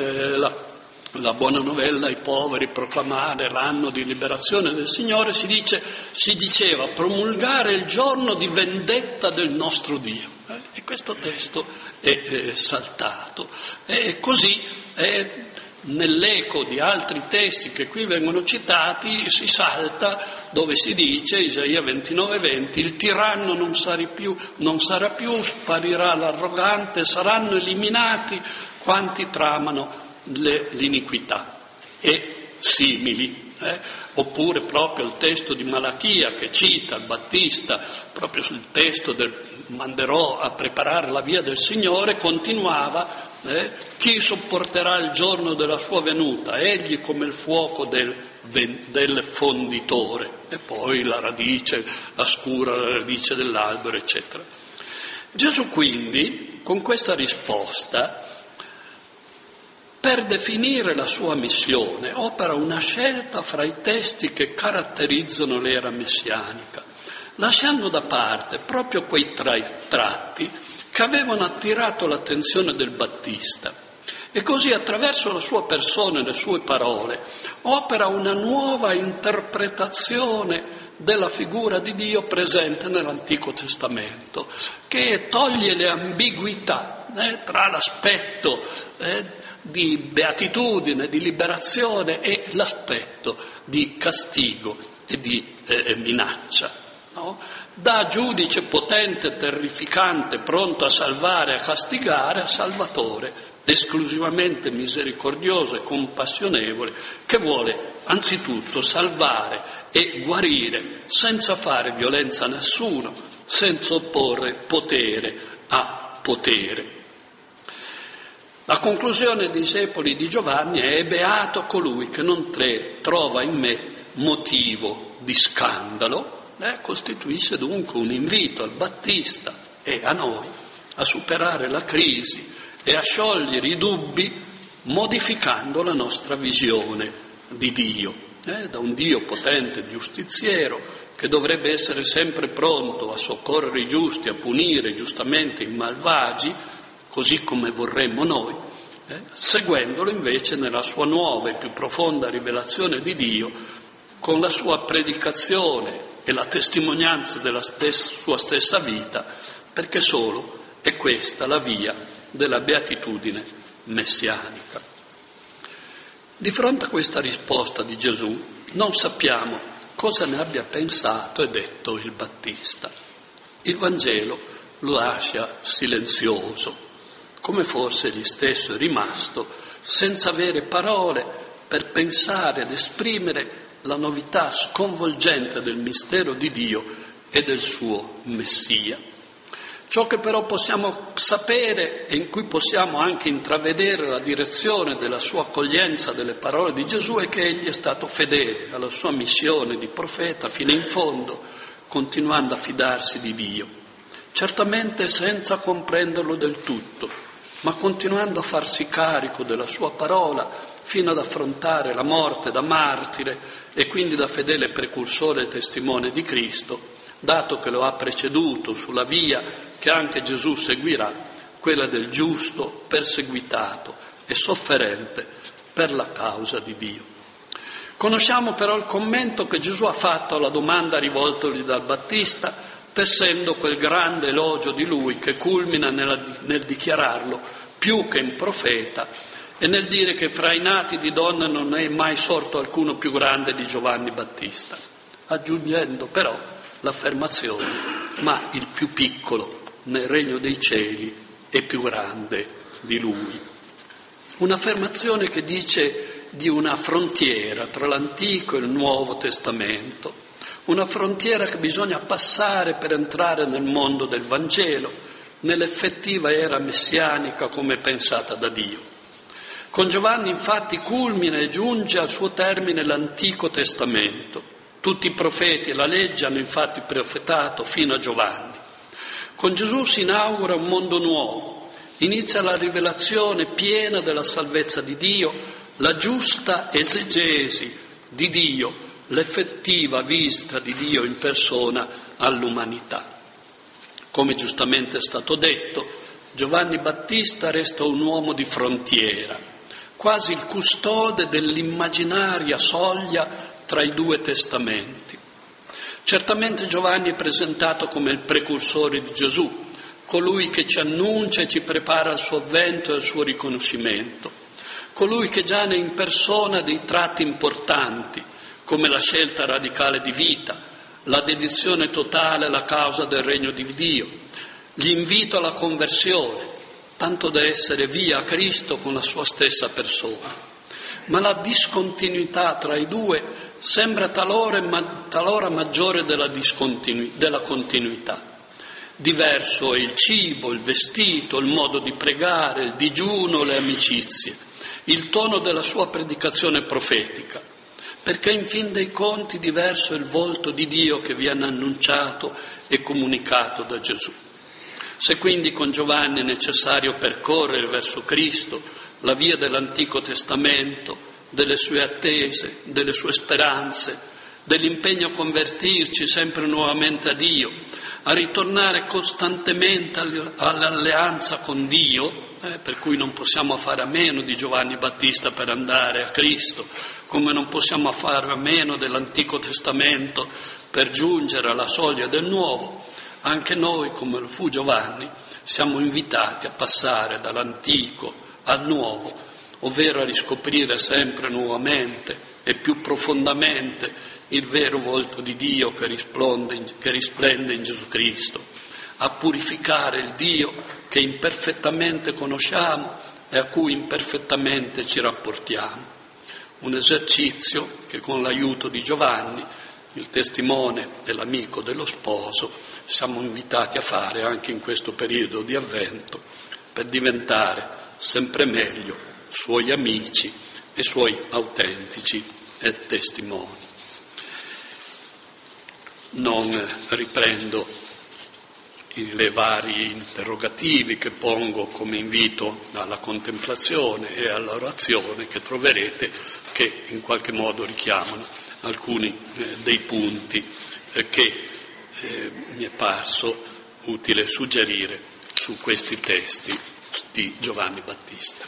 la buona novella ai poveri, proclamare l'anno di liberazione del Signore, si diceva promulgare il giorno di vendetta del nostro Dio. E questo testo è saltato. E così nell'eco di altri testi che qui vengono citati si salta dove si dice, Isaia 29:20, il tiranno non sarà più, sparirà l'arrogante, saranno eliminati quanti tramano l'iniquità e simili, oppure proprio il testo di Malachia che cita il Battista proprio sul testo del manderò a preparare la via del Signore, continuava chi sopporterà il giorno della sua venuta, egli come il fuoco del fonditore, e poi la radice, la scura la radice dell'albero, eccetera. Gesù quindi con questa risposta, per definire la sua missione, opera una scelta fra i testi che caratterizzano l'era messianica, lasciando da parte proprio quei tratti che avevano attirato l'attenzione del Battista. E così attraverso la sua persona e le sue parole opera una nuova interpretazione della figura di Dio presente nell'Antico Testamento, che toglie le ambiguità tra l'aspetto di beatitudine, di liberazione e l'aspetto di castigo e di minaccia, no? Da giudice potente, terrificante, pronto a salvare e a castigare, a Salvatore esclusivamente misericordioso e compassionevole, che vuole anzitutto salvare e guarire senza fare violenza a nessuno, senza opporre potere a potere. La conclusione dei discepoli di Giovanni è: beato colui che non trova in me motivo di scandalo, costituisce dunque un invito al Battista e a noi a superare la crisi e a sciogliere i dubbi modificando la nostra visione di Dio, da un Dio potente e giustiziero che dovrebbe essere sempre pronto a soccorrere i giusti, a punire giustamente i malvagi, così come vorremmo noi, seguendolo invece nella sua nuova e più profonda rivelazione di Dio, con la sua predicazione e la testimonianza della sua stessa vita, perché solo è questa la via della beatitudine messianica. Di fronte a questa risposta di Gesù non sappiamo cosa ne abbia pensato e detto il Battista. Il Vangelo lo lascia silenzioso, come forse egli stesso è rimasto, senza avere parole per pensare ed esprimere la novità sconvolgente del mistero di Dio e del suo Messia. Ciò che però possiamo sapere e in cui possiamo anche intravedere la direzione della sua accoglienza delle parole di Gesù è che egli è stato fedele alla sua missione di profeta fino in fondo, continuando a fidarsi di Dio, certamente senza comprenderlo del tutto, ma continuando a farsi carico della sua parola fino ad affrontare la morte da martire e quindi da fedele precursore e testimone di Cristo, dato che lo ha preceduto sulla via che anche Gesù seguirà, quella del giusto perseguitato e sofferente per la causa di Dio. Conosciamo però il commento che Gesù ha fatto alla domanda rivoltogli dal Battista, tessendo quel grande elogio di lui che culmina nel dichiararlo più che un profeta e nel dire che fra i nati di donna non è mai sorto alcuno più grande di Giovanni Battista, aggiungendo però l'affermazione: ma il più piccolo nel regno dei cieli è più grande di lui. Un'affermazione che dice di una frontiera tra l'Antico e il Nuovo Testamento, una frontiera che bisogna passare per entrare nel mondo del Vangelo, nell'effettiva era messianica come pensata da Dio. Con Giovanni infatti culmina e giunge al suo termine l'Antico Testamento. Tutti i profeti e la legge hanno infatti profetato fino a Giovanni. Con Gesù si inaugura un mondo nuovo, inizia la rivelazione piena della salvezza di Dio, la giusta esegesi di Dio, l'effettiva visita di Dio in persona all'umanità. Come giustamente è stato detto, Giovanni Battista resta un uomo di frontiera, quasi il custode dell'immaginaria soglia tra i due testamenti. Certamente Giovanni è presentato come il precursore di Gesù, colui che ci annuncia e ci prepara al suo avvento e al suo riconoscimento, colui che già ne in persona dei tratti importanti, come la scelta radicale di vita, la dedizione totale alla causa del regno di Dio, l'invito alla conversione, tanto da essere via a Cristo con la sua stessa persona. Ma la discontinuità tra i due sembra talora maggiore della continuità. Diverso è il cibo, il vestito, il modo di pregare, il digiuno, le amicizie, il tono della sua predicazione profetica, perché in fin dei conti diverso è il volto di Dio che viene annunciato e comunicato da Gesù. Se quindi con Giovanni è necessario percorrere verso Cristo la via dell'Antico Testamento, delle sue attese, delle sue speranze, dell'impegno a convertirci sempre nuovamente a Dio, a ritornare costantemente all'alleanza con Dio, per cui non possiamo fare a meno di Giovanni Battista per andare a Cristo, come non possiamo fare a meno dell'Antico Testamento per giungere alla soglia del Nuovo. Anche noi, come lo fu Giovanni, siamo invitati a passare dall'Antico al Nuovo, ovvero a riscoprire sempre nuovamente e più profondamente il vero volto di Dio che risplende in Gesù Cristo, a purificare il Dio che imperfettamente conosciamo e a cui imperfettamente ci rapportiamo. Un esercizio che con l'aiuto di Giovanni, il testimone e l'amico dello sposo, siamo invitati a fare anche in questo periodo di Avvento per diventare sempre meglio suoi amici e suoi autentici testimoni. non riprendo le vari interrogativi che pongo come invito alla contemplazione e all'orazione, che troverete, che in qualche modo richiamano alcuni dei punti che mi è parso utile suggerire su questi testi di Giovanni Battista.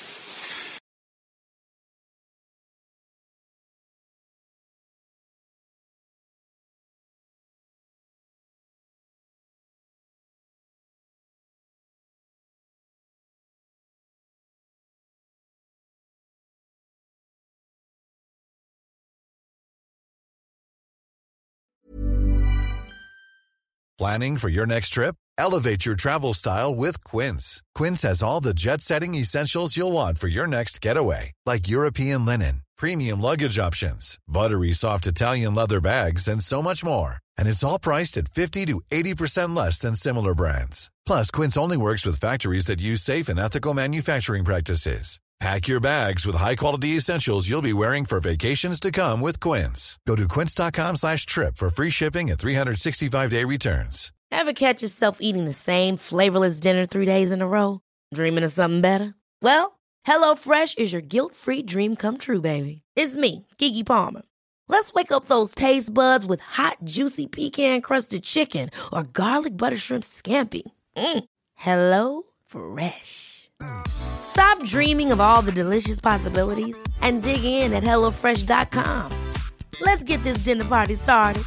Planning for your next trip? Elevate your travel style with Quince. Quince has all the jet-setting essentials you'll want for your next getaway, like European linen, premium luggage options, buttery soft Italian leather bags, and so much more. And it's all priced at 50 to 80% less than similar brands. Plus, Quince only works with factories that use safe and ethical manufacturing practices. Pack your bags with high-quality essentials you'll be wearing for vacations to come with Quince. Go to quince.com/trip for free shipping and 365-day returns. Ever catch yourself eating the same flavorless dinner 3 days in a row? Dreaming of something better? Well, HelloFresh is your guilt-free dream come true, baby. It's me, Keke Palmer. Let's wake up those taste buds with hot, juicy pecan-crusted chicken or garlic butter shrimp scampi. Hello Fresh. Stop dreaming of all the delicious possibilities and dig in at HelloFresh.com. Let's get this dinner party started.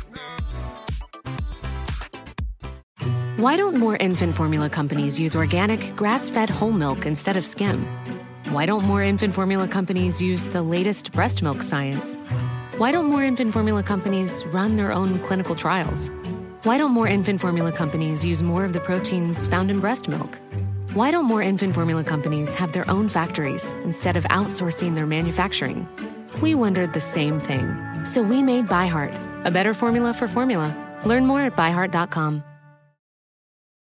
Why don't more infant formula companies use organic, grass-fed whole milk instead of skim? Why don't more infant formula companies use the latest breast milk science? Why don't more infant formula companies run their own clinical trials? Why don't more infant formula companies use more of the proteins found in breast milk? Why don't more infant formula companies have their own factories instead of outsourcing their manufacturing? We wondered the same thing. So we made ByHeart, a better formula for formula. Learn more at ByHeart.com.